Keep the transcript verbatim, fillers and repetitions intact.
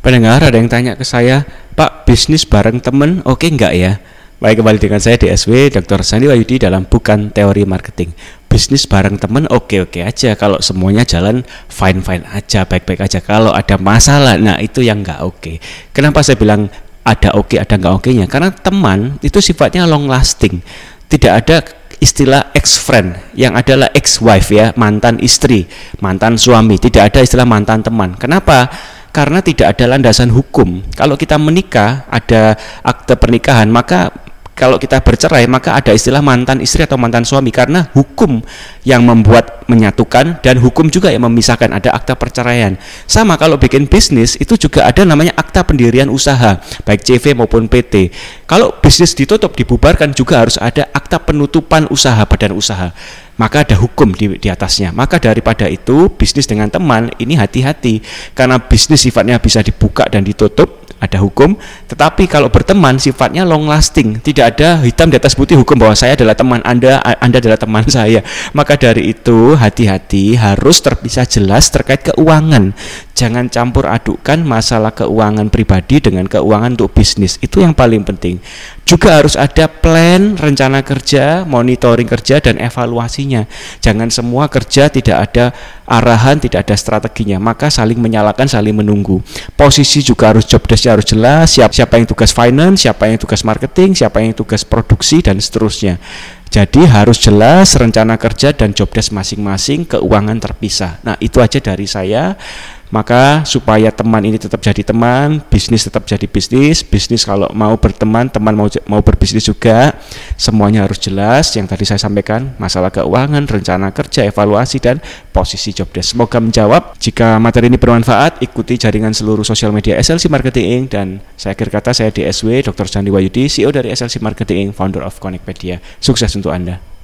Pendengar ada yang tanya ke saya, Pak, bisnis bareng temen oke nggak ya? Baik, kembali dengan saya D S W doktor Sandi Wahyudi dalam Bukan Teori Marketing. Bisnis bareng temen oke-oke aja kalau semuanya jalan fine-fine aja, baik-baik aja. Kalau ada masalah, nah itu yang nggak oke. Kenapa saya bilang ada oke, ada nggak oke-nya? Karena teman itu sifatnya long lasting. Tidak ada istilah ex-friend, yang adalah ex-wife ya, mantan istri, mantan suami. Tidak ada istilah mantan teman. Kenapa? Karena tidak ada landasan hukum. Kalau kita menikah, ada akte pernikahan, maka kalau kita bercerai, maka ada istilah mantan istri atau mantan suami, karena hukum yang membuat menyatukan dan hukum juga yang memisahkan, ada akta perceraian. Sama kalau bikin bisnis, itu juga ada namanya akta pendirian usaha, baik C V maupun P T. Kalau bisnis ditutup, dibubarkan, juga harus ada akta penutupan usaha, badan usaha. Maka ada hukum di, di atasnya. Maka daripada itu, bisnis dengan teman ini hati-hati, karena bisnis sifatnya bisa dibuka dan ditutup, ada hukum. Tetapi kalau berteman sifatnya long lasting, tidak ada hitam di atas putih hukum bahwa saya adalah teman Anda, Anda adalah teman saya. Maka dari itu hati-hati, harus terpisah jelas terkait keuangan. Jangan campur adukan masalah keuangan pribadi dengan keuangan untuk bisnis. Itu yang paling penting. Juga harus ada plan, rencana kerja, monitoring kerja, dan evaluasinya. Jangan semua kerja tidak ada arahan, tidak ada strateginya, maka saling menyalahkan, saling menunggu. Posisi juga harus, job desk-nya harus jelas, siapa, siapa yang tugas finance, siapa yang tugas marketing, siapa yang tugas produksi, dan seterusnya. Jadi harus jelas rencana kerja dan job desk masing-masing, keuangan terpisah. Nah, itu aja dari saya. Maka supaya teman ini tetap jadi teman, bisnis tetap jadi bisnis, bisnis kalau mau berteman, teman mau mau berbisnis juga, semuanya harus jelas. Yang tadi saya sampaikan, masalah keuangan, rencana kerja, evaluasi, dan posisi job desk. Semoga menjawab. Jika materi ini bermanfaat, ikuti jaringan seluruh sosial media S L C Marketing. Dan saya akhir kata, saya D S W doktor Sandi Wahyudi, C E O dari S L C Marketing, founder of Connectpedia. Sukses untuk Anda.